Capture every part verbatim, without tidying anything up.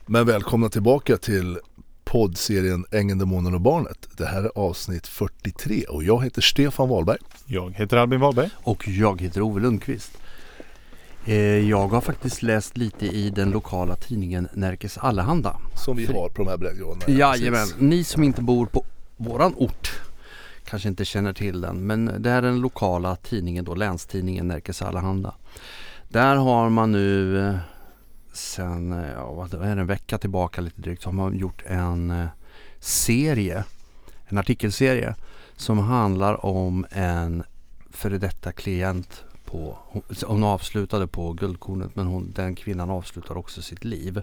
Men välkomna tillbaka till poddserien Ängeln, Demonen och Barnet. Det här är avsnitt fyrtiotre och jag heter Stefan Wahlberg. Jag heter Albin Wahlberg. Och jag heter Ove Lundqvist. Jag har faktiskt läst lite i den lokala tidningen Närkes Allehanda. Som vi För... har på de här breddgraderna. Jajamän, ni som inte bor på våran ort kanske inte känner till den. Men det här är den lokala tidningen då, länstidningen Närkes Allehanda. Där har man nu sen, ja, vad är det, en vecka tillbaka lite drygt, så har man gjort en serie, en artikelserie som handlar om en före detta klient på, hon avslutade på Guldkornet, men hon, den kvinnan avslutar också sitt liv.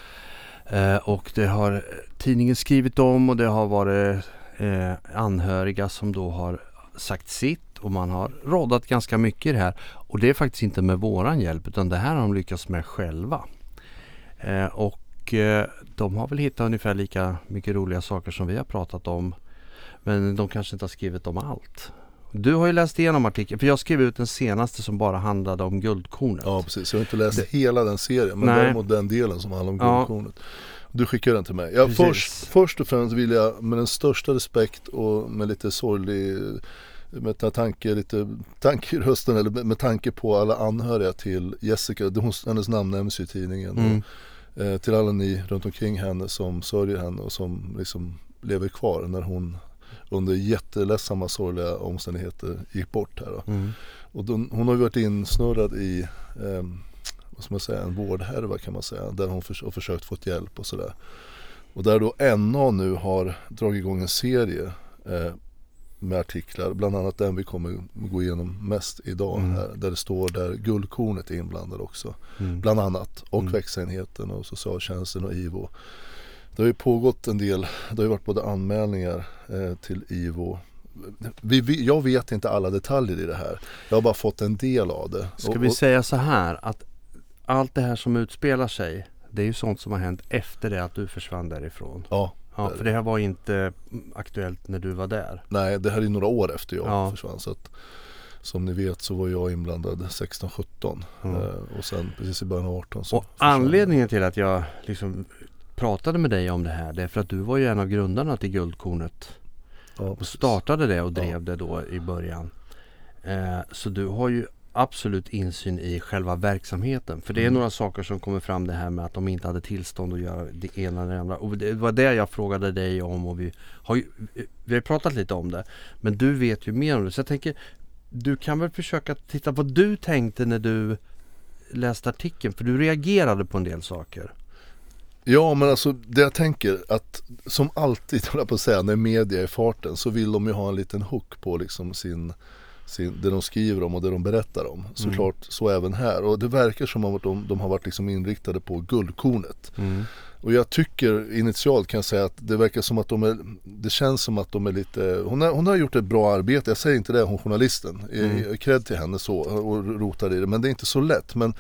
Eh, och det har tidningen skrivit om och det har varit eh, anhöriga som då har sagt sitt. Och man har rådat ganska mycket i det här. Och det är faktiskt inte med våran hjälp, utan det här har de lyckats med själva. Eh, och eh, de har väl hittat ungefär lika mycket roliga saker som vi har pratat om. Men de kanske inte har skrivit om allt. Du har ju läst igenom artikeln, för jag skrev ut den senaste som bara handlade om Guldkornet. Ja, precis. Jag har inte läst det... hela den serien, men Nej. däremot den delen som handlar om ja. Guldkornet. Du skickar den till mig. Ja, först, först och främst vill jag med den största respekt och med lite sorglig... med tanke, lite tanke i rösten, eller med tanke på alla anhöriga till Jessica, hon, hennes namn nämns i tidningen, mm. och, eh, till alla ni runt omkring henne som sörjer henne och som liksom lever kvar när hon under jätteledsamma sorgliga omständigheter gick bort här då. Mm. Och då, hon har ju varit insnurrad i eh, vad ska man säga, en vårdhärva kan man säga, där hon för, har försökt få hjälp och sådär, och där då N A nu har dragit igång en serie eh, med artiklar, bland annat den vi kommer gå igenom mest idag, mm. här, där det står där Guldkornet är inblandad också, mm. bland annat, och mm. växenheten och socialtjänsten och I V O. Det har ju pågått en del, det har ju varit både anmälningar eh, till I V O. Vi, vi, jag vet inte alla detaljer i det här, jag har bara fått en del av det. Ska och, vi och, säga så här, att allt det här som utspelar sig, det är ju sånt som har hänt efter det att du försvann därifrån. Ja. Ja, för det här var inte aktuellt när du var där. Nej, det här är några år efter jag ja. försvann. Så att, som ni vet så var jag inblandad sexton sjutton mm. eh, och sen precis i början av arton. Så och anledningen till att jag liksom pratade med dig om det här, det är för att du var ju en av grundarna till Guldkornet. Ja, och startade det och drev ja. det då i början. Eh, så du har ju absolut insyn i själva verksamheten. För det är mm. några saker som kommer fram, det här med att de inte hade tillstånd att göra det ena eller det andra. Och det var det jag frågade dig om, och vi har ju, vi har pratat lite om det. Men du vet ju mer om det. Så jag tänker, du kan väl försöka titta på vad du tänkte när du läste artikeln. För du reagerade på en del saker. Ja, men alltså det jag tänker att som alltid, håller jag på att säga, när media är i farten, så vill de ju ha en liten hook på liksom sin... Sin, det de skriver om och det de berättar om. Såklart mm. så även här. Och det verkar som att de, de har varit liksom inriktade på Guldkornet. Mm. Och jag tycker initialt kan jag säga att det verkar som att de är, det känns som att de är lite, hon har, hon har gjort ett bra arbete, jag säger inte det, hon journalisten. Mm. Cred till henne så, och rotar i det, men det är inte så lätt. Men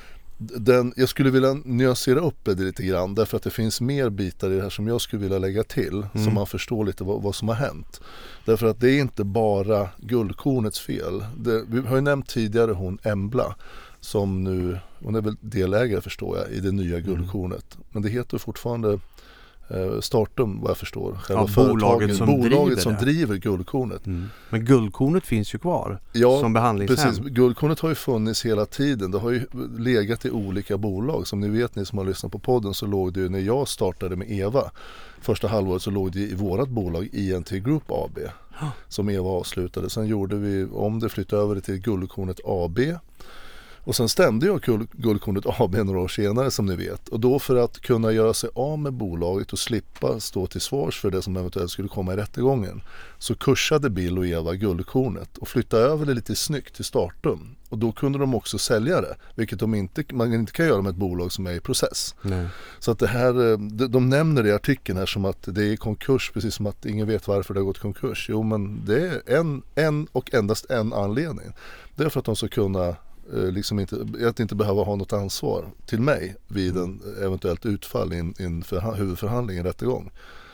den, jag skulle vilja nyansera upp det lite grann, därför att det finns mer bitar i det här som jag skulle vilja lägga till, mm. så man förstår lite vad, vad som har hänt. Därför att det är inte bara Guldkornets fel. Det, vi har ju nämnt tidigare hon Embla, som nu, hon är väl delägare förstår jag i det nya Guldkornet. Mm. Men det heter fortfarande eh, Startum vad jag förstår. Själva ja, bolaget som, bolaget driver, som driver Guldkornet. Mm. Men Guldkornet finns ju kvar ja, som behandlingshem. Precis. Guldkornet har ju funnits hela tiden. Det har ju legat i olika bolag. Som ni vet, ni som har lyssnat på podden, så låg det ju när jag startade med Eva. Första halvåret så låg det i vårat bolag I N T Group A B som Eva avslutade. Sen gjorde vi om det, flyttade över det till Guldkornet A B. Och sen stämde jag Guldkornet A B några år senare som ni vet. Och då för att kunna göra sig av med bolaget och slippa stå till svars för det som eventuellt skulle komma i rättegången, så kursade Bill och Eva Guldkornet och flyttade över det lite snyggt till Startum. Och då kunde de också sälja det, vilket de inte, man inte kan göra med ett bolag som är i process. Nej. Så att det här, de, de nämner det i artikeln här som att det är konkurs, precis som att ingen vet varför det har gått konkurs. Jo, men det är en, en och endast en anledning. Det är för att de ska kunna liksom inte, att inte behöva ha något ansvar till mig vid en eventuellt utfall i en, i en förha- huvudförhandling, en rättegång.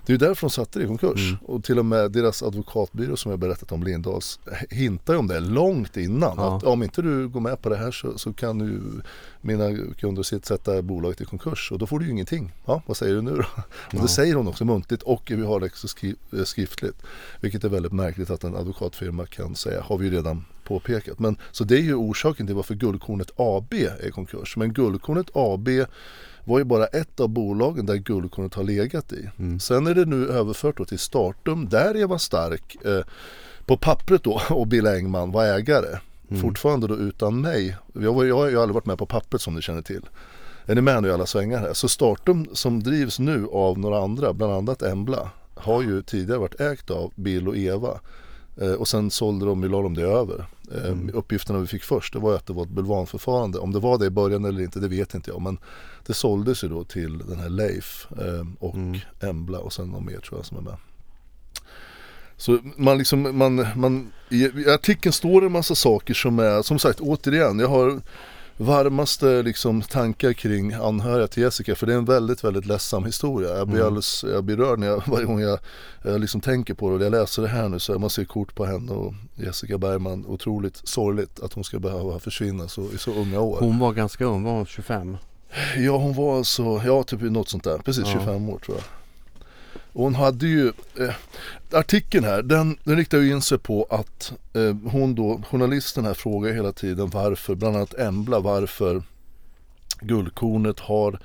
Det är ju därför de satte det i konkurs. Mm. Och till och med deras advokatbyrå som jag berättat om, Lindahls, hintar ju om det långt innan. Ja. Att om inte du går med på det här så, så kan du, mina kunder sitt sätta bolaget i konkurs. Och då får du ju ingenting. Ja, vad säger du nu då? Och Ja. det säger hon också muntligt och vi har det också skri- skriftligt. Vilket är väldigt märkligt att en advokatfirma kan säga, har vi ju redan påpekat. Men, så det är ju orsaken till varför Guldkornet A B är i konkurs. Men Guldkornet A B var ju bara ett av bolagen där Guldkornet har legat i. Mm. Sen är det nu överfört då till Startum där Eva Stark eh, på pappret då och Bill Engman var ägare. Mm. Fortfarande då utan mig. Jag, var, jag har ju aldrig varit med på pappret som ni känner till. Är ni med nu i alla svängar här? Så Startum som drivs nu av några andra, bland annat Embla, har ju tidigare varit ägt av Bill och Eva. Eh, och sen sålde de, la de det över. Eh, Mm. Uppgifterna vi fick först, det var att det var ett bulvanförfarande. Om det var det i början eller inte, det vet inte jag. Men det såldes ju då till den här Leif eh, och Mm. Embla och sen någon mer tror jag som är med. Så man liksom, man, man, i, i artikeln står det en massa saker som är, som sagt återigen, jag har varmaste liksom tankar kring anhöriga till Jessica, för det är en väldigt, väldigt ledsam historia. Jag blir Mm. alldeles, jag blir rörd när jag, varje gång jag, jag liksom tänker på det, och jag läser det här nu så man ser kort på henne och Jessica Bergman, otroligt sorgligt att hon ska behöva försvinna så, i så unga år. Hon var ganska ung, var hon tjugofem? Ja, hon var alltså, ja typ något sånt där, precis Ja. tjugofem år tror jag. Och hon hade ju, eh, artikeln här, den, den riktar ju in sig på att eh, hon då, journalisten här frågar hela tiden varför, bland annat Embla, varför Guldkornet har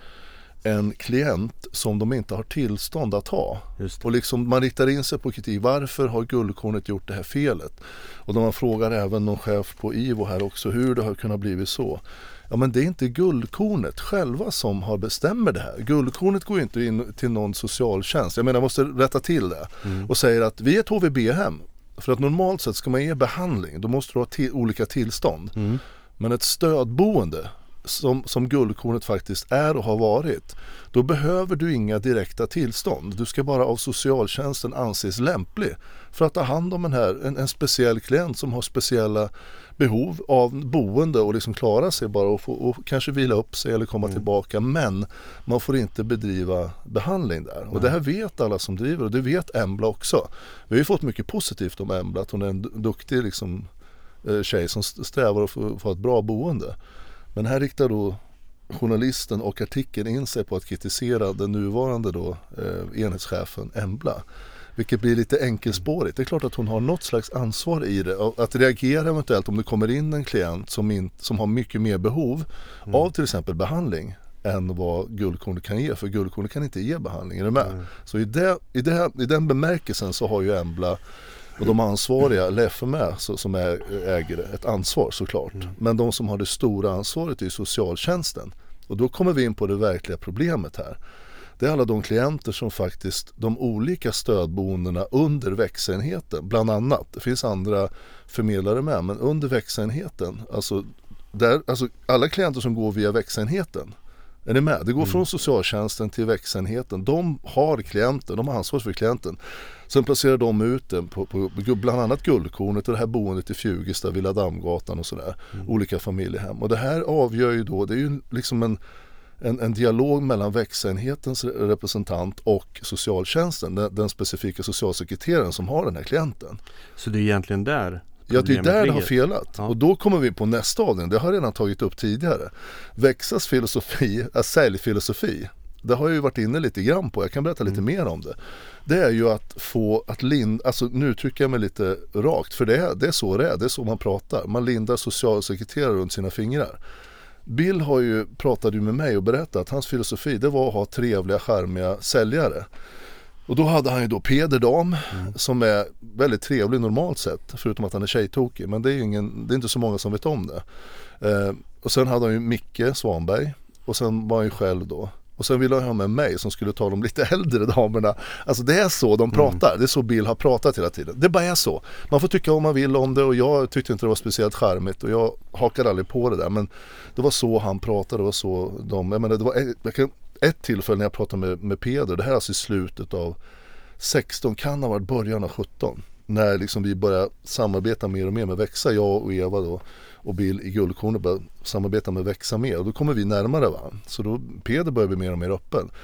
en klient som de inte har tillstånd att ha. Just det. Och liksom man riktar in sig på kritik, varför har Guldkornet gjort det här felet? Och då man frågar även någon chef på Ivo här också hur det har kunnat blivit så. Ja, men det är inte Guldkornet själva som har bestämmer det här. Guldkornet går inte in till någon socialtjänst. Jag menar, jag måste rätta till det. Mm. Och säger att vi är ett H V B-hem. För att normalt sett ska man ge behandling, då måste du ha till, olika tillstånd. Mm. Men ett stödboende som, som Guldkornet faktiskt är och har varit, då behöver du inga direkta tillstånd. Du ska bara av socialtjänsten anses lämplig för att ta hand om en, här, en, en speciell klient som har speciella behov av boende och liksom klara sig bara och, få, och kanske vila upp sig eller komma Mm. tillbaka, men man får inte bedriva behandling där. Och Nej. det här vet alla som driver, och det vet Embla också. Vi har ju fått mycket positivt om Embla, att hon är en du- duktig liksom, eh, tjej som strävar att få, få ett bra boende. Men här riktar då journalisten och artikeln in sig på att kritisera den nuvarande då, eh, enhetschefen Embla. Vilket blir lite enkelspårigt. Det är klart att hon har något slags ansvar i det. Och att reagera eventuellt om det kommer in en klient som, in, som har mycket mer behov Mm. av till exempel behandling än vad Guldkornet kan ge. För Guldkornet kan inte ge behandling, är du med? Mm. Så i, det, i, det, i den bemärkelsen så har ju Embla och de ansvariga, eller F M Ä så, som är ägare, ett ansvar såklart. Mm. Men de som har det stora ansvaret är socialtjänsten. Och då kommer vi in på det verkliga problemet här. Det är alla de klienter som faktiskt, de olika stödboendena under växenheten, bland annat, det finns andra förmedlare med, men under växenheten, alltså, där, alltså alla klienter som går via växenheten, är ni med? Det går Mm. från socialtjänsten till växenheten. De har klienter, de har ansvar för klienten. Sen placerar de ut den på, på bland annat Guldkornet och det här boendet i Fjugesta, Villa Dammgatan och sådär. Mm. Olika familjehem. Och det här avgör ju då, det är ju liksom en, en, en dialog mellan växenhetens representant och socialtjänsten, den, den specifika socialsekreteraren som har den här klienten. Så det är egentligen där Ja, det är där det ligger. har felat. Ja. Och då kommer vi på nästa avdelning. Det har jag redan tagit upp tidigare. Växas filosofi, äh, säljfilosofi. Det har jag ju varit inne lite grann på. Jag kan berätta lite Mm. mer om det. Det är ju att få att linda, alltså nu trycker jag mig lite rakt. För det är, det är så det är, det är så man pratar. Man lindar socialsekreterare runt sina fingrar. Bill har ju pratat ju med mig och berättat att hans filosofi, det var att ha trevliga, charmiga säljare. Och då hade han ju då Peder Dam Mm. som är väldigt trevlig normalt sett, förutom att han är tjejtokig, men det är ju ingen, det är inte så många som vet om det. Eh, och sen hade han ju Micke Svanberg och sen var han ju själv då. Och sen ville han ha med mig som skulle ta de lite äldre damerna. Alltså det är så de pratar, det är så Bill har pratat hela tiden. Det bara är så. Man får tycka vad man vill om det och jag tyckte inte det var speciellt charmigt och jag hakade aldrig på det där, men det var så han pratade, det var så de, jag menar det var ett, jag kan, ett tillfälle när jag pratade med, med Peder, det här är alltså i slutet av sexton, kan ha varit början av sjutton, när liksom vi började samarbeta mer och mer med Växa, jag och Eva då och Bill i Guldkornet började samarbeta med Växa mer och då kommer vi närmare varandra. Så då Peder börjar bli mer och mer öppen.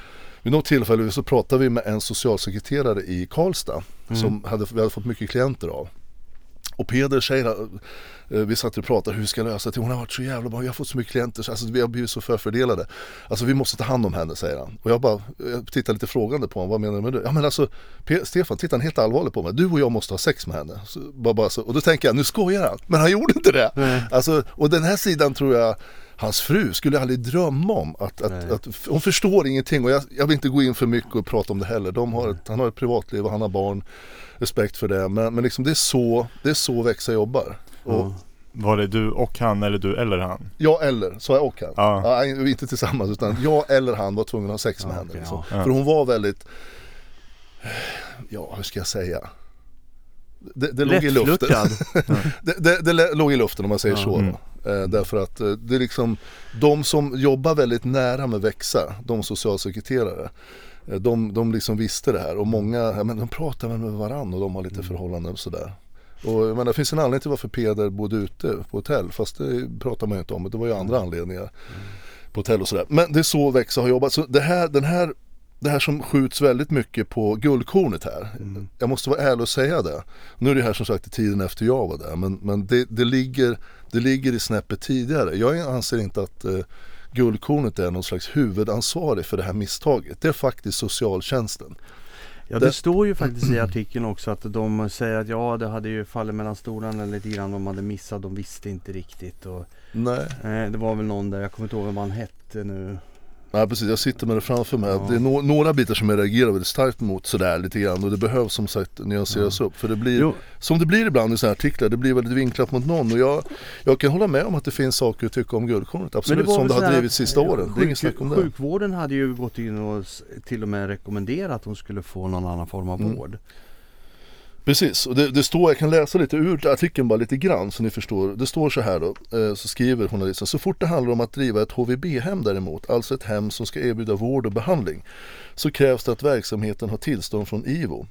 vid något tillfälle så pratade vi med en socialsekreterare i Karlstad mm. som hade, vi hade fått mycket klienter av. Och Peder säger, vi satt och pratade hur vi ska lösa det. Hon har varit så jävla bra, vi har fått så mycket klienter så alltså, vi har blivit så förfördelade. Alltså vi måste ta hand om henne, säger han. Och jag bara jag tittar lite frågande på honom, vad menar du med det? Ja men alltså, P- Stefan, tittar han helt allvarligt på mig. Du och jag måste ha sex med henne. Så, bara, bara så. Och då tänker jag, nu skojar han. Men han gjorde inte det. Mm. Alltså, och den här sidan tror jag hans fru skulle aldrig drömma om att, att, att hon förstår ingenting och jag, jag vill inte gå in för mycket och prata om det heller. De har ett, han har ett privatliv och han har barn, respekt för det, men, men liksom det är så det är så Växa jobbar. Och, mm. Var det du och han eller du eller han? Jag eller, så jag och han. Ja. Ja, inte tillsammans utan jag eller han var tvungen att ha sex med ja, henne. Okay, liksom. ja. För hon var väldigt, ja hur ska jag säga, det, det låg i luften. det, det, det låg i luften om man säger ja. så. Mm. Eh, därför att eh, det är liksom de som jobbar väldigt nära med Växa, de socialsekreterare, eh, de, de liksom visste det här och många, ja, men de pratar med varandra och de har lite mm. förhållanden och sådär. Och men det finns en anledning till varför Peder bodde ute på hotell, fast det pratar man ju inte om, det var ju andra anledningar mm. på hotell och sådär. Men det är så Växa har jobbat, så det här, den här det här som skjuts väldigt mycket på guldkornet här. Mm. Jag måste vara ärlig och säga det. Nu är det här som sagt i tiden efter jag var där. Men, men det, det, ligger, det ligger i snäppet tidigare. Jag anser inte att eh, guldkornet är någon slags huvudansvarig för det här misstaget. Det är faktiskt socialtjänsten. Ja, det, det står ju faktiskt i artikeln också att de säger att ja, det hade ju fallit mellan stolarna lite grann. De hade missat, de visste inte riktigt. Och, Nej. Eh, det var väl någon där, jag kommer inte ihåg vad han hette nu. Ja precis, jag sitter med det framför mig. Ja. Det är no- några bitar som jag reagerar väldigt starkt mot sådär lite grann och det behövs som sagt nyanseras ja. upp. För det blir, jo. som det blir ibland i sådana här artiklar, det blir väldigt vinklat mot någon och jag, jag kan hålla med om att det finns saker att tycka om guldkornet. Absolut, det som det har drivit sista åren. Sjuk- det är ingen snack om det. Sjukvården hade ju gått in och till och med rekommenderat att hon skulle få någon annan form av mm. vård. Precis, och det, det står, jag kan läsa lite ur artikeln bara lite grann så ni förstår. Det står så här då, eh, så skriver journalisten: så fort det handlar om att driva ett H V B-hem däremot, alltså ett hem som ska erbjuda vård och behandling, så krävs det att verksamheten har tillstånd från I V O.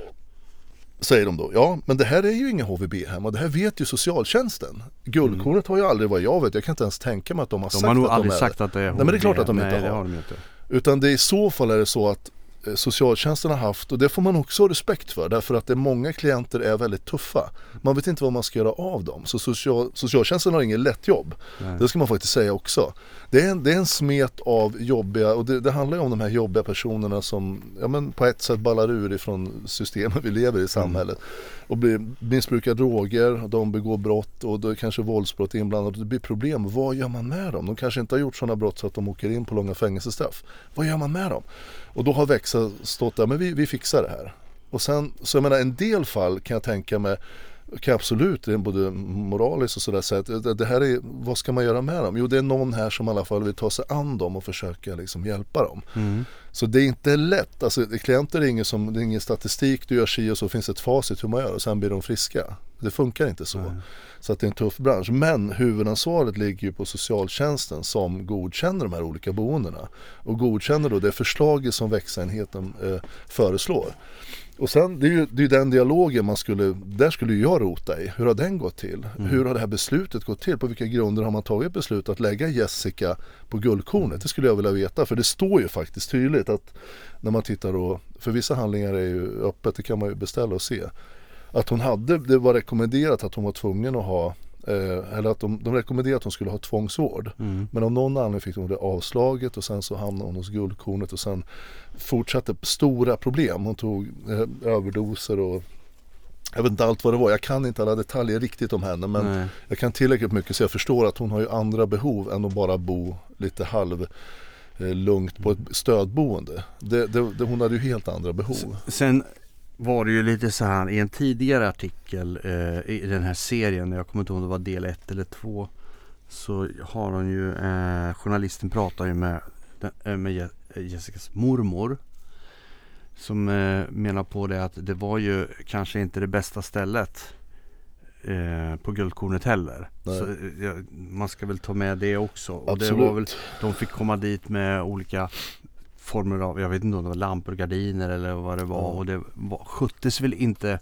Säger de då, ja men det här är ju inga H V B-hem och det här vet ju socialtjänsten. Guldkornet mm. har ju aldrig vad jag vet, jag kan inte ens tänka mig att de har de sagt har nog att aldrig de är sagt att det är H V B. Nej men det är klart att de Nej, inte det har. har de inte. Utan det i så fall är det så att socialtjänsten har haft, och det får man också ha respekt för, därför att det många klienter är väldigt tuffa. Man vet inte vad man ska göra av dem. Så social, socialtjänsten har ingen lätt jobb. Nej. Det ska man faktiskt säga också. Det är en, det är en smet av jobbiga, och det, det handlar ju om de här jobbiga personerna som ja, men på ett sätt ballar ur ifrån systemet vi lever i samhället. Mm. Och blir, missbrukar droger, de begår brott och då är kanske våldsbrott inblandat och det blir problem. Vad gör man med dem? De kanske inte har gjort sådana brott så att de åker in på långa fängelsestraff. Vad gör man med dem? Och då har Växa stått där, men vi, vi fixar det här. Och sen, så jag menar, en del fall kan jag tänka mig, kan absolut, det är både moraliskt och sådär, så att det, det här är, vad ska man göra med dem? Jo, det är någon här som i alla fall vill ta sig an dem och försöka liksom hjälpa dem. Mm. Så det är inte lätt, alltså klienter är ingen, som, det är ingen statistik, du gör sig och så finns ett facit hur man gör och sen blir de friska. Det funkar inte så. Mm. Så att det är en tuff bransch. Men huvudansvaret ligger ju på socialtjänsten som godkänner de här olika boendena. Och godkänner då det förslaget som Växa-enheten eh, föreslår. Och sen, det är ju det är den dialogen man skulle, där skulle jag rota i. Hur har den gått till? Mm. Hur har det här beslutet gått till? På vilka grunder har man tagit beslut att lägga Jessica på guldkornet? Det skulle jag vilja veta, för det står ju faktiskt tydligt att när man tittar då, för vissa handlingar är ju öppet, det kan man ju beställa och se. Att hon hade, det var rekommenderat att hon var tvungen att ha, eh, eller att de, de rekommenderade att hon skulle ha tvångsvård. Mm. Men av någon anledning fick hon det avslaget och sen så hamnade hon hos guldkornet och sen fortsatte stora problem. Hon tog eh, överdoser och jag vet inte allt vad det var. Jag kan inte alla detaljer riktigt om henne, men Nej. jag kan tillräckligt mycket så jag förstår att hon har ju andra behov än att bara bo lite halv eh, lugnt på ett stödboende. Det, det, det, hon hade ju helt andra behov. Sen var det ju lite så här i en tidigare artikel eh, i den här serien, jag kommer inte ihåg om det var del ett eller två, så har hon ju, eh, journalisten pratar ju med, med Jessicas mormor som eh, menar på det att det var ju kanske inte det bästa stället eh, på guldkornet heller. Så, ja, man ska väl ta med det också. Och det var väl, de fick komma dit med olika former av, jag vet inte om det var lampor och gardiner eller vad det var, mm. och det var, sköttes väl inte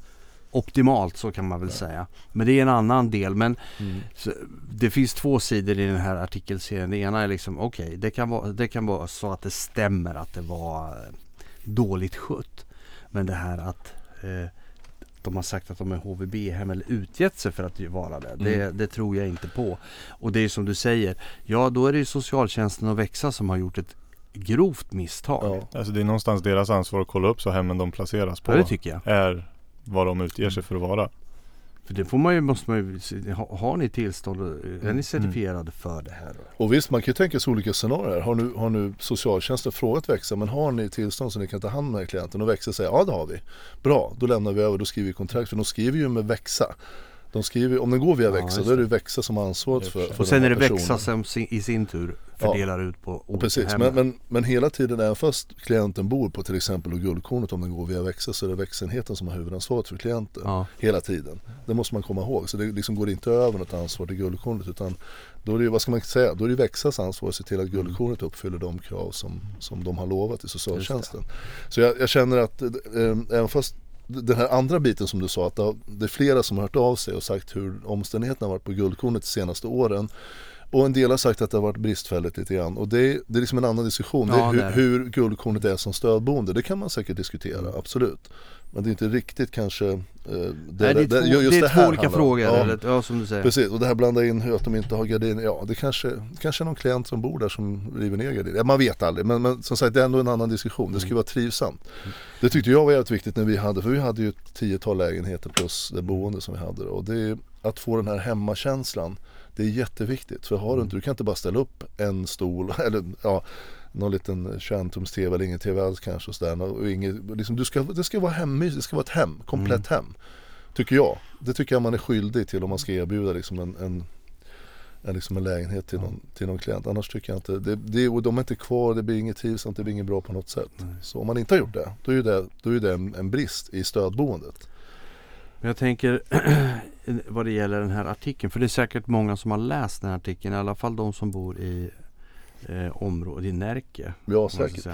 optimalt, så kan man väl ja. säga. Men det är en annan del. Men mm. så, det finns två sidor i den här artikelserien. Det ena är liksom, okej, okay, det kan vara, det kan vara så att det stämmer att det var dåligt skött. Men det här att eh, de har sagt att de är H V B-hem eller utgett sig för att vara det. Mm. det. Det tror jag inte på. Och det är som du säger, ja då är det ju socialtjänsten och Växa som har gjort ett grovt misstag. Ja. Alltså det är någonstans deras ansvar att kolla upp så hemmen de placeras på. Ja, det tycker jag. Är vad de utger sig för att vara. För det får man ju, måste man ju, har, har ni tillstånd, är ni certifierade mm. för det här? Och visst, man kan ju tänka sig olika scenarier. Har nu, har nu socialtjänsten frågat Växa, men har ni tillstånd så ni kan ta hand med klienten? Och Växa säger, ja det har vi. Bra, då lämnar vi över, då skriver vi kontrakt. För de skriver ju med Växa. De skriver, om den går via Växa, ja, då är det Växa som har ansvaret för, för och sen är det personen. Växa som i sin tur fördelar ja. ut på olika precis. Men, men, men hela tiden, även fast klienten bor på till exempel och Guldkornet, om den går via Växa, så är det växenheten som har huvudansvaret för klienten ja. hela tiden. Det måste man komma ihåg. Så det liksom går inte över något ansvar till Guldkornet, utan då är det, vad ska man säga, då är det Växas ansvar att se till att Guldkornet uppfyller de krav som, som de har lovat i socialtjänsten. Så jag, jag känner att äh, även fast den här andra biten som du sa, att det är flera som har hört av sig och sagt hur omständigheterna har varit på Guldkornet de senaste åren, och en del har sagt att det har varit bristfälligt lite grann, och det är, det är liksom en annan diskussion. Ja, det är hur, hur Guldkornet är som stödboende, det kan man säkert diskutera, mm. absolut. Men det är inte riktigt kanske eh, det, Nej, det är två, det, just det är det två här olika frågor, ja, eller, ja, som du säger. Precis, och det här blandar in hur att de inte har gardiner. Ja, det kanske, kanske är någon klient som bor där som river ner gardiner. Ja, man vet aldrig, men, men som sagt, det är ändå en annan diskussion. Det ska mm. vara trivsamt. Mm. Det tyckte jag var jävligt viktigt när vi hade, för vi hade ju ett tiotal lägenheter plus det boende som vi hade. Och det är att få den här hemmakänslan, det är jätteviktigt. För har du inte, du kan inte bara ställa upp en stol, eller ja, någon liten tjugoett-tums tv eller ingen tv alls kanske och sådär, och inget, liksom, du ska, det ska vara hemmys, det ska vara ett hem, komplett mm. hem, tycker jag. Det tycker jag man är skyldig till om man ska erbjuda liksom en, en, en, liksom en lägenhet till, mm. någon, till någon klient. Annars tycker jag inte, det, det, och de är inte kvar, det blir inget trivsamt, det blir inget bra på något sätt. Mm. Så om man inte har gjort det, då är det, då är det en, en brist i stödboendet. Men jag tänker vad det gäller den här artikeln, för det är säkert många som har läst den här artikeln, i alla fall de som bor i Eh, område i Närke. Ja, säkert.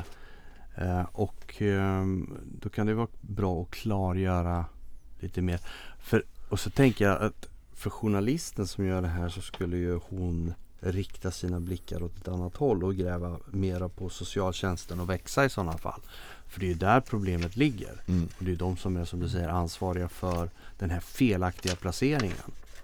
Eh, och eh, då kan det vara bra att klargöra lite mer. För, och så tänker jag att för journalisten som gör det här, så skulle ju hon rikta sina blickar åt ett annat håll och gräva mera på socialtjänsten och Växa i sådana fall. För det är ju där problemet ligger. Mm. Och det är de som är, som du säger, ansvariga för den här felaktiga placeringen.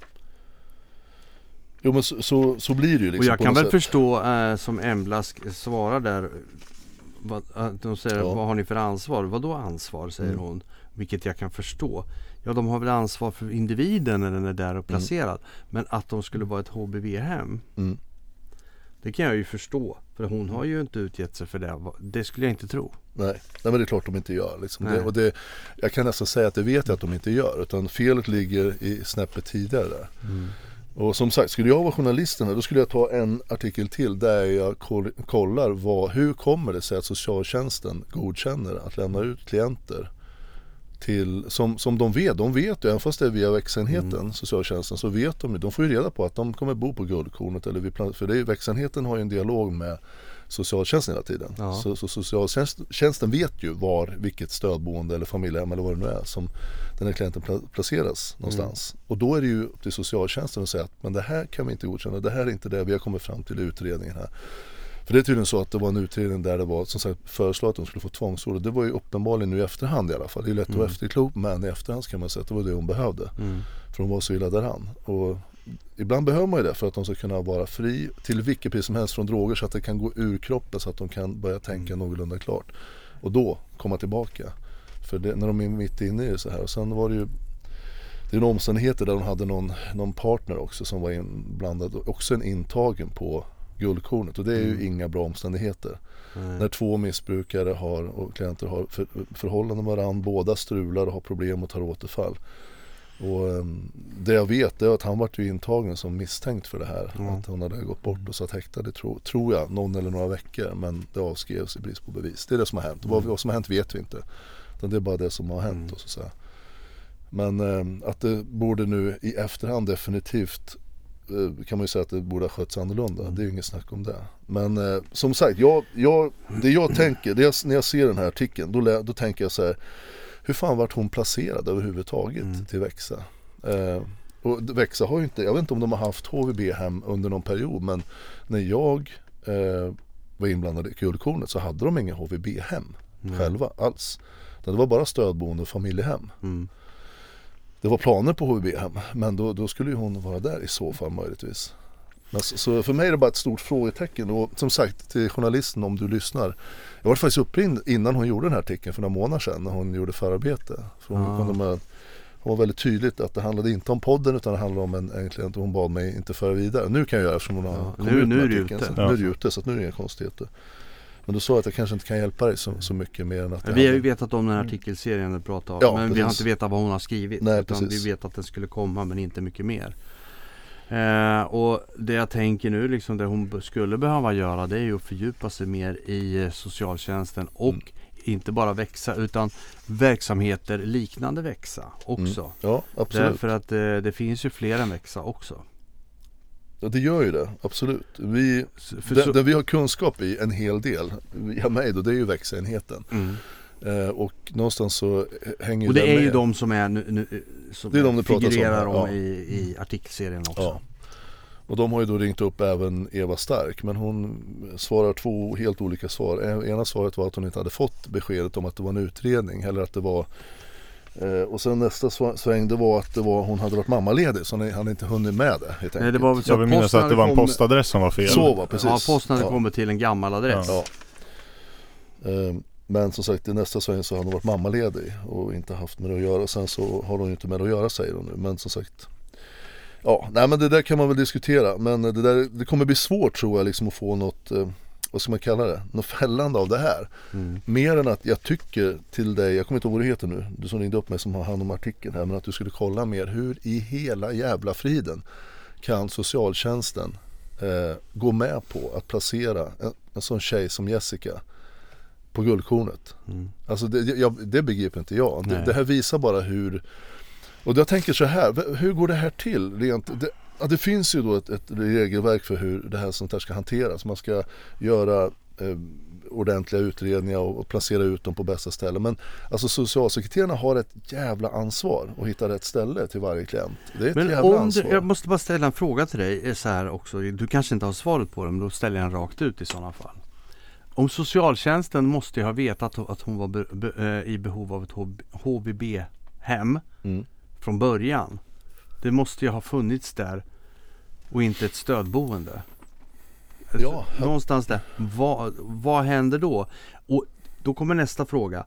Jo, men så, så, så blir det ju liksom. Och jag kan väl sätt. förstå eh, som Embla svarar där, vad, de säger, ja. vad har ni för ansvar? Vad då ansvar, säger mm. hon. Vilket jag kan förstå. Ja, de har väl ansvar för individen när den är där och placerad. Mm. Men att de skulle vara ett H B B-hem, mm. det kan jag ju förstå. För hon har ju inte utgett sig för det. Det skulle jag inte tro. Nej, Nej men det är klart de inte gör. Liksom. Det, och det, jag kan nästan säga att det vet jag att de inte gör. Utan felet ligger i snäppet tidigare där. Mm. Och som sagt, skulle jag vara journalisten, då skulle jag ta en artikel till där jag kollar vad, hur kommer det sig att socialtjänsten godkänner att lämna ut klienter till, som, som de vet, de vet ju, även fast det är via växenheten, mm. socialtjänsten, så vet de, de får ju reda på att de kommer bo på Guldkornet, eller vid plan, för det är, växenheten har ju en dialog med socialtjänsten hela tiden. Ja. Så, så socialtjänsten vet ju var, vilket stödboende eller familjehem eller vad det nu är som den här klienten placeras någonstans. Mm. Och då är det ju upp till socialtjänsten att säga att men det här kan vi inte godkänna, det här är inte det vi har kommit fram till i utredningen här. För det är tydligen så att det var en utredning där det var som sagt föreslå att de skulle få tvångsvård. Det var ju uppenbarligen nu i efterhand i alla fall. Det är lätt mm. att efterklok, men i efterhand kan man säga att det var det hon behövde. Mm. För hon var så illa däran. Och ibland behöver man ju det för att de ska kunna vara fri till vilket pris som helst från droger, så att det kan gå ur kroppen, så att de kan börja tänka mm. någorlunda klart. Och då komma tillbaka. För det, när de är mitt inne i det så här. Och sen var det ju det är en omständigheter där de hade någon, någon partner också som var inblandad, också en intagen på Guldkornet, och det är ju mm. inga bra omständigheter. Mm. När två missbrukare har och klienter har för, förhållanden med varandra, båda strular och har problem och tar återfall. Och um, det jag vet är att han var ju intagen som misstänkt för det här, mm. att hon hade gått bort och satt häktad, det tror, tror jag, någon eller några veckor, men det avskrevs i brist på bevis. Det är det som har hänt. Mm. Vad, vad som har hänt vet vi inte. Det är bara det som har hänt. Mm. Och så så här. Men um, att det borde nu i efterhand definitivt kan man ju säga att det borde ha skötts annorlunda. Mm. Det är ju inget snack om det. Men eh, som sagt, jag, jag, det jag tänker, det jag, när jag ser den här artikeln, då, då tänker jag så här, hur fan vart hon placerad överhuvudtaget Mm. till Växa? Eh, och Växa har ju inte, jag vet inte om de har haft H V B-hem under någon period, men när jag eh, var inblandad i Guldkornet så hade de inga H V B-hem Mm. själva alls. Det var bara stödboende och familjehem. Mm. Det var planer på H V B-hem, men då, då skulle ju hon vara där i så fall möjligtvis. Men så, så för mig är det bara ett stort frågetecken, och som sagt till journalisten, om du lyssnar, jag var faktiskt uppringd innan hon gjorde den här artikeln för några månader sedan när hon gjorde förarbete. För hon, Ah. hon, hon var väldigt tydligt att det handlade inte om podden, utan det handlade om en, egentligen att hon bad mig inte föra vidare. Nu kan jag göra eftersom hon har Ja, kommit nu- ut med nu är det artikeln, ute. så, Ja. nu är det ute, så att nu är det inga konstigheter. Men du sa att jag kanske inte kan hjälpa dig så, så mycket mer än att det Vi har ju handlar- vetat om den här artikelserien du pratar om, Ja, men vi har precis. inte vetat vad hon har skrivit. Nej, utan precis. vi vet att den skulle komma, men inte mycket mer. Eh, och det jag tänker nu, liksom, det hon b- skulle behöva göra, det är ju att fördjupa sig mer i eh, socialtjänsten och Mm. inte bara Växa, utan verksamheter liknande Växa också. Mm. Ja, absolut. Därför att eh, det finns ju fler än Växa också. Ja, det gör ju det, absolut. Vi, Så- för det, så- det vi har kunskap i en hel del, via mig då, det är ju Växa-enheten. Mm. Eh, och någonstans så hänger Och det den är med. ju de som är nu, nu som Det är de det pratas om figurerar här, om, ja. i, i artikelserien också. Ja. Och de har ju då ringt upp även Eva Stark, men hon svarar två helt olika svar. E- Ena svaret var att hon inte hade fått beskedet om att det var en utredning, eller att det var eh, och sen nästa sva- sväng det var att det var, hon hade varit mammaledig, så hon hade inte hunnit med det helt Nej, enkelt. det var väl så Jag vill minnas posten att det var en hade kommit- postadress som var fel. Så var precis. Ja, posten hade Ja. kommit till en gammal adress. Ja. Eh, Men som sagt, i nästa sväng så har hon varit mammaledig och inte haft med det att göra. Sen så har hon ju inte med det att göra, säger hon nu. Men som sagt, ja, nej men det där kan man väl diskutera. Men det, där, det kommer bli svårt, tror jag, liksom att få något, eh, vad ska man kalla det, något fällande av det här. Mm. Mer än att jag tycker till dig, jag kommer inte ihåg vad du heter nu, du som ringde upp mig som har hand om artikeln här, men att du skulle kolla mer hur i hela jävla friden kan socialtjänsten eh, gå med på att placera en, en sån tjej som Jessica på Guldkornet. Mm. Alltså det, jag, det begriper inte jag. Det, Nej. det här visar bara hur, och jag tänker så här, v- hur går det här till rent? Det, ja, det finns ju då ett, ett regelverk för hur det här sånt här ska hanteras. Man ska göra eh, ordentliga utredningar och, och placera ut dem på bästa ställe. Men alltså socialsekreterarna har ett jävla ansvar att hitta rätt ställe till varje klient. Det är ett Men jävla om ansvar. du, jag måste bara ställa en fråga till dig så här också. Du kanske inte har svaret på det, men då ställer jag den rakt ut i sådana fall. Om socialtjänsten måste ju ha vetat att hon var be, be, eh, i behov av ett H V B-hem Mm. från början. Det måste ju ha funnits där och inte ett stödboende. Ja. Någonstans där. Vad, vad händer då? Och då kommer nästa fråga.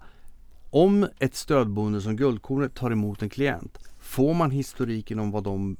Om ett stödboende som Guldkornet tar emot en klient, får man historiken om vad de,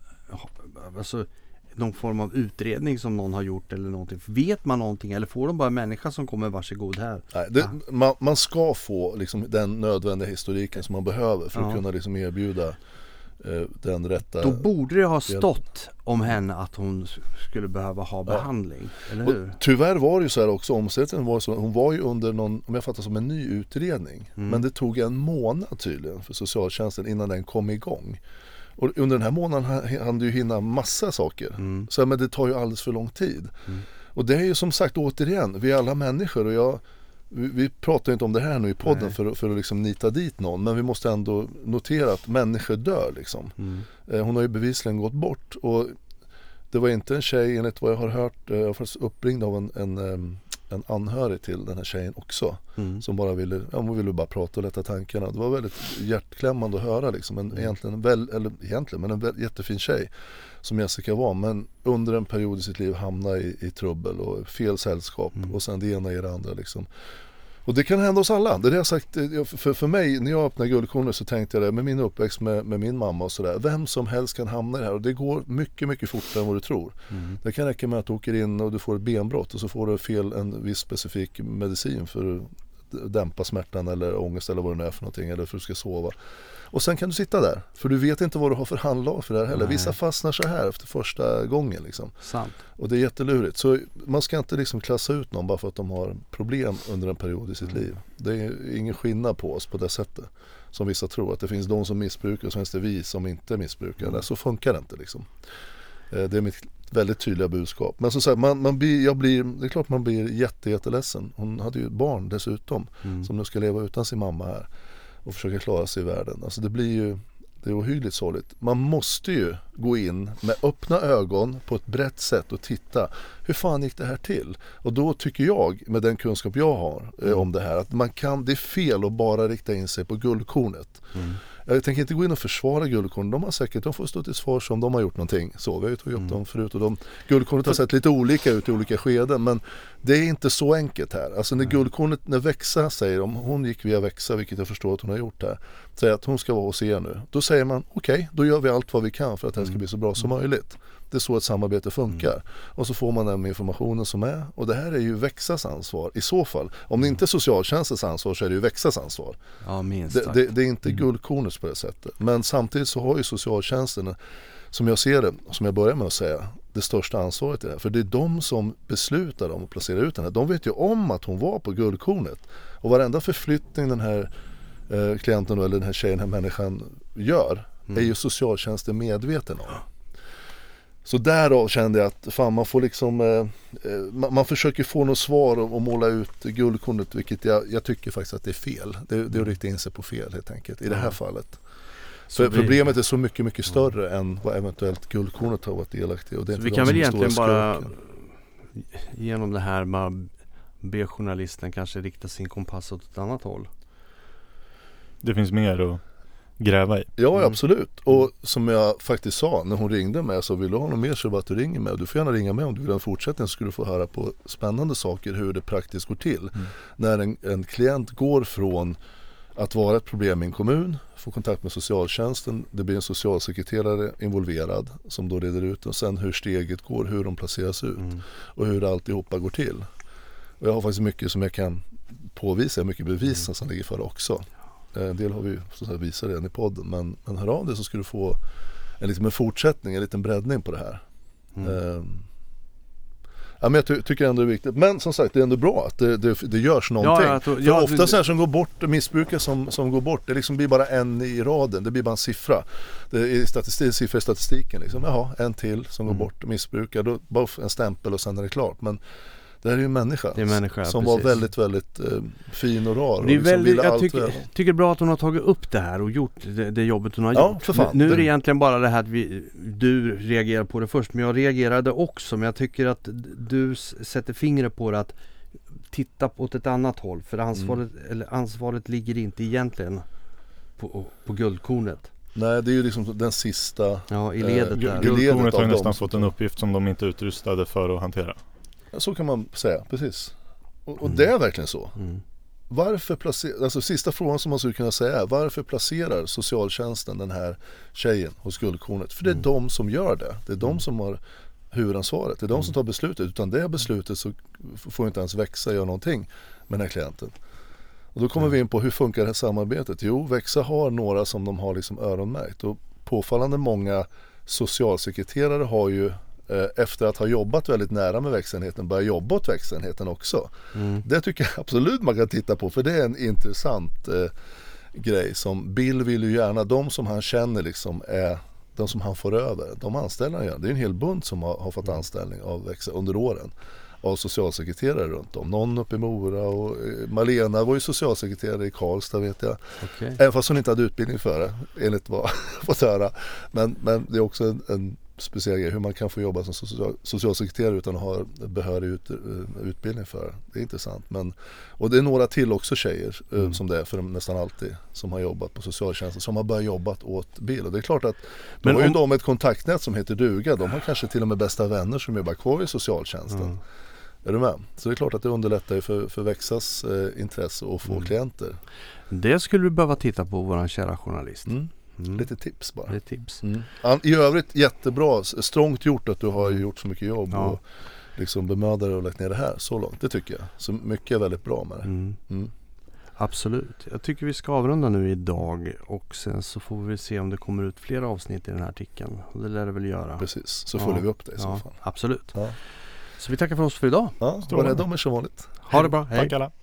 alltså någon form av utredning som någon har gjort eller någonting? Vet man någonting, eller får de bara en människa som kommer varsågod här? Nej, det, man, man ska få liksom den nödvändiga historiken som man behöver för att Ja. kunna liksom erbjuda eh, den rätta. Då borde det ha stått om henne att hon skulle behöva ha behandling, eller Och hur? tyvärr var det ju så här också, omsättningen var så, hon var ju under någon, om jag fattar som en ny utredning, Mm. men det tog en månad tydligen för socialtjänsten innan den kom igång. Och under den här månaden hann han ju hinna massa saker. Mm. Så men det tar ju alldeles för lång tid. Mm. Och det är ju som sagt återigen, vi är alla människor, och jag, vi, vi pratar inte om det här nu i podden Nej. för, att- för att liksom nita dit någon, men vi måste ändå notera att människor dör liksom. Mm. Eh, Hon har ju bevisligen gått bort, och det var inte en tjej, enligt vad jag har hört, eh, jag var faktiskt uppringd av en, en, em, en anhörig till den här tjejen också, Mm. som bara ville, ja, hon ville bara prata och lätta tankarna. Det var väldigt hjärtklämmande att höra liksom, en, Mm. egentligen, väl, eller egentligen, men en väl, jättefin tjej som Jessica var, men under en period i sitt liv hamna i, i trubbel och fel sällskap Mm. och sen det ena i det andra liksom. Och det kan hända oss alla. Det är det jag sagt, eh, för, för mig, när jag öppnade Guldkornet så tänkte jag det, med min uppväxt med, med min mamma och sådär, vem som helst kan hamna i det här, och det går mycket, mycket fortare än vad du tror. Mm. Det kan räcka med att du åker in och du får ett benbrott och så får du fel, en viss specifik medicin för att dämpa smärtan eller ångest eller vad det nu är för någonting, eller för att du ska sova. Och sen kan du sitta där, för du vet inte vad du har för handlag för det här heller. Nej. Vissa fastnar så här efter första gången liksom. Sant. Och det är jättelurigt. Så man ska inte liksom klassa ut någon bara för att de har problem under en period i sitt liv. Det är ingen skillnad på oss på det sättet. Som vissa tror, att det finns de som missbrukar och sen finns det vi som inte missbrukar. Mm. Nej, så funkar det inte liksom. Eh, Det är mitt väldigt tydliga budskap. Men så säger man, man blir, jag blir, det är klart man blir jätte, jätteledsen. Hon hade ju barn dessutom Mm. som nu ska leva utan sin mamma här. och försöka klara sig i världen. Alltså det blir ju, det är ohyggligt sorgligt. Man måste ju gå in med öppna ögon på ett brett sätt och titta, hur fan gick det här till? Och då tycker jag, med den kunskap jag har eh, om det här, att man kan, det är fel att bara rikta in sig på guldkornet. Mm. Jag tänker inte gå in och försvara guldkorn. De har säkert, de får stå till svar som de har gjort någonting. Så vi har ju tagit upp mm. dem förut. Och de, guldkornet har sett lite olika ut i olika skeden. Men det är inte så enkelt här. Alltså när mm. guldkornet, när Växa säger, om hon gick via Växa, vilket jag förstår att hon har gjort här, säger att hon ska vara hos er nu. Då säger man, okej, okay, då gör vi allt vad vi kan för att det här ska bli så bra som möjligt. Det är så ett samarbete funkar. Mm. Och så får man den informationen som är. Och det här är ju Växas ansvar i så fall. Om det inte är socialtjänstens ansvar så är det ju Växas ansvar. Ja, minst det, det, det är inte mm. guldkornet på det sättet. Men samtidigt så har ju socialtjänsten, som jag ser det, som jag börjar med att säga, det största ansvaret i det här. För det är de som beslutar om att placera ut den här. De vet ju om att hon var på guldkornet. Och varenda förflyttning den här eh, klienten eller den här tjejen, den här människan gör, mm. är ju socialtjänsten medveten om. Så därav kände jag att fan, man får liksom eh, man, man försöker få något svar och, och måla ut guldkornet, vilket jag, jag tycker faktiskt att det är fel. Det, det är att rikta in sig på fel helt enkelt i det här mm. fallet. Så För vi, problemet är så mycket mycket större mm. än vad eventuellt guldkornet har varit delaktig. Och det är inte vi kan väl egentligen bara genom det här med be journalisten kanske rikta sin kompass åt ett annat håll. Det finns mer att gräva i. Ja, mm. absolut. Och som jag faktiskt sa när hon ringde mig, så vill du ha något mer så bara att du ringer mig. Du får gärna ringa mig om du vill ha en fortsättning, så ska du få höra på spännande saker hur det praktiskt går till. Mm. När en, en klient går från att vara ett problem i en kommun, få kontakt med socialtjänsten, det blir en socialsekreterare involverad som då reder ut, och sen hur steget går, hur de placeras ut mm. och hur alltihopa går till. Och jag har faktiskt mycket som jag kan påvisa, mycket bevis mm. som ligger för det också. En del har vi så att säga visat redan i podden, men, men hör av det så ska du få en, liksom en fortsättning, en liten breddning på det här. Mm. Um, ja, men jag ty- tycker ändå det är viktigt. Men som sagt, det är ändå bra att det, det, det görs någonting. Ja, tror, ja, För ofta så här som går bort, missbrukare som, som går bort, det liksom blir bara en i raden, det blir bara en siffra. Det är statistik, siffra i statistiken. Liksom. Jaha, en till som mm. går bort, missbrukare, då bara en stämpel och sen är det klart. Men det här är ju en människa, det är människa som precis. var väldigt, väldigt eh, fin och rar. Det är och liksom väldigt, jag allt tycker, väl. tycker det är bra att hon har tagit upp det här och gjort det, det jobbet hon har ja, gjort. För fan. Nu, nu är det det... egentligen bara det här att vi, du reagerar på det först, men jag reagerade också. Men jag tycker att du sätter fingret på det, att titta på ett annat håll. För ansvaret, mm. eller ansvaret ligger inte egentligen på, på guldkornet. Nej, det är ju liksom den sista ja, i ledet. Eh, där. Guldkornet har ju nästan fått en uppgift som de inte är utrustade för att hantera. Så kan man säga, precis. Och, och mm. det är verkligen så. Mm. Varför placerar, alltså sista frågan som man skulle kunna säga är, varför placerar socialtjänsten den här tjejen hos guldkornet? För det är mm. de som gör det. Det är de som har huvudansvaret. Det är de mm. som tar beslutet. Utan det beslutet så får inte ens Växa göra någonting med den här klienten. Och då kommer mm. vi in på hur funkar det här samarbetet? Jo, Växa har några som de har liksom öronmärkt. Och påfallande många socialsekreterare har ju efter att ha jobbat väldigt nära med växenheten börjar jobba åt växenheten också. Mm. Det tycker jag absolut man kan titta på, för det är en intressant eh, grej som Bill vill ju gärna, de som han känner liksom är de som han får över, de anställer han gärna. Det är en hel bunt som har, har fått anställning av Växa under åren av socialsekreterare runt om. Någon uppe i Mora och eh, Malena var ju socialsekreterare i Karlstad vet jag. Okay. Även fast hon inte hade utbildning för det, enligt vad jag fått höra. Men, men det är också en, en speciell grej, hur man kan få jobba som social, socialsekreterare utan att ha behörig ut, utbildning för det. Det är intressant. Men, och det är några till också tjejer mm. som det är för de nästan alltid som har jobbat på socialtjänsten som har börjat jobbat åt Bill. Och det är klart att de Men har om... ju de ett kontaktnät som heter Duga. De har kanske till och med bästa vänner som jobbar kvar i socialtjänsten. Mm. Är du med? Så det är klart att det underlättar ju för, för Växas eh, intresse att få mm. klienter. Det skulle vi behöva titta på, våran kära journalist. Mm. Mm. Lite tips bara. Lite tips. Mm. I övrigt jättebra, strångt gjort att du har gjort så mycket jobb ja. och liksom bemödar och lagt ner det här så långt, det tycker jag. Så mycket är väldigt bra med det. Mm. Mm. Absolut. Jag tycker vi ska avrunda nu idag och sen så får vi se om det kommer ut flera avsnitt i den här artikeln. Det lär det väl göra. Precis, så följer ja. vi upp det i så ja. fall. Absolut. Ja. Så vi tackar för oss för idag. Ja, var rädda om er som vanligt. Ha det bra. Hej. Tack alla.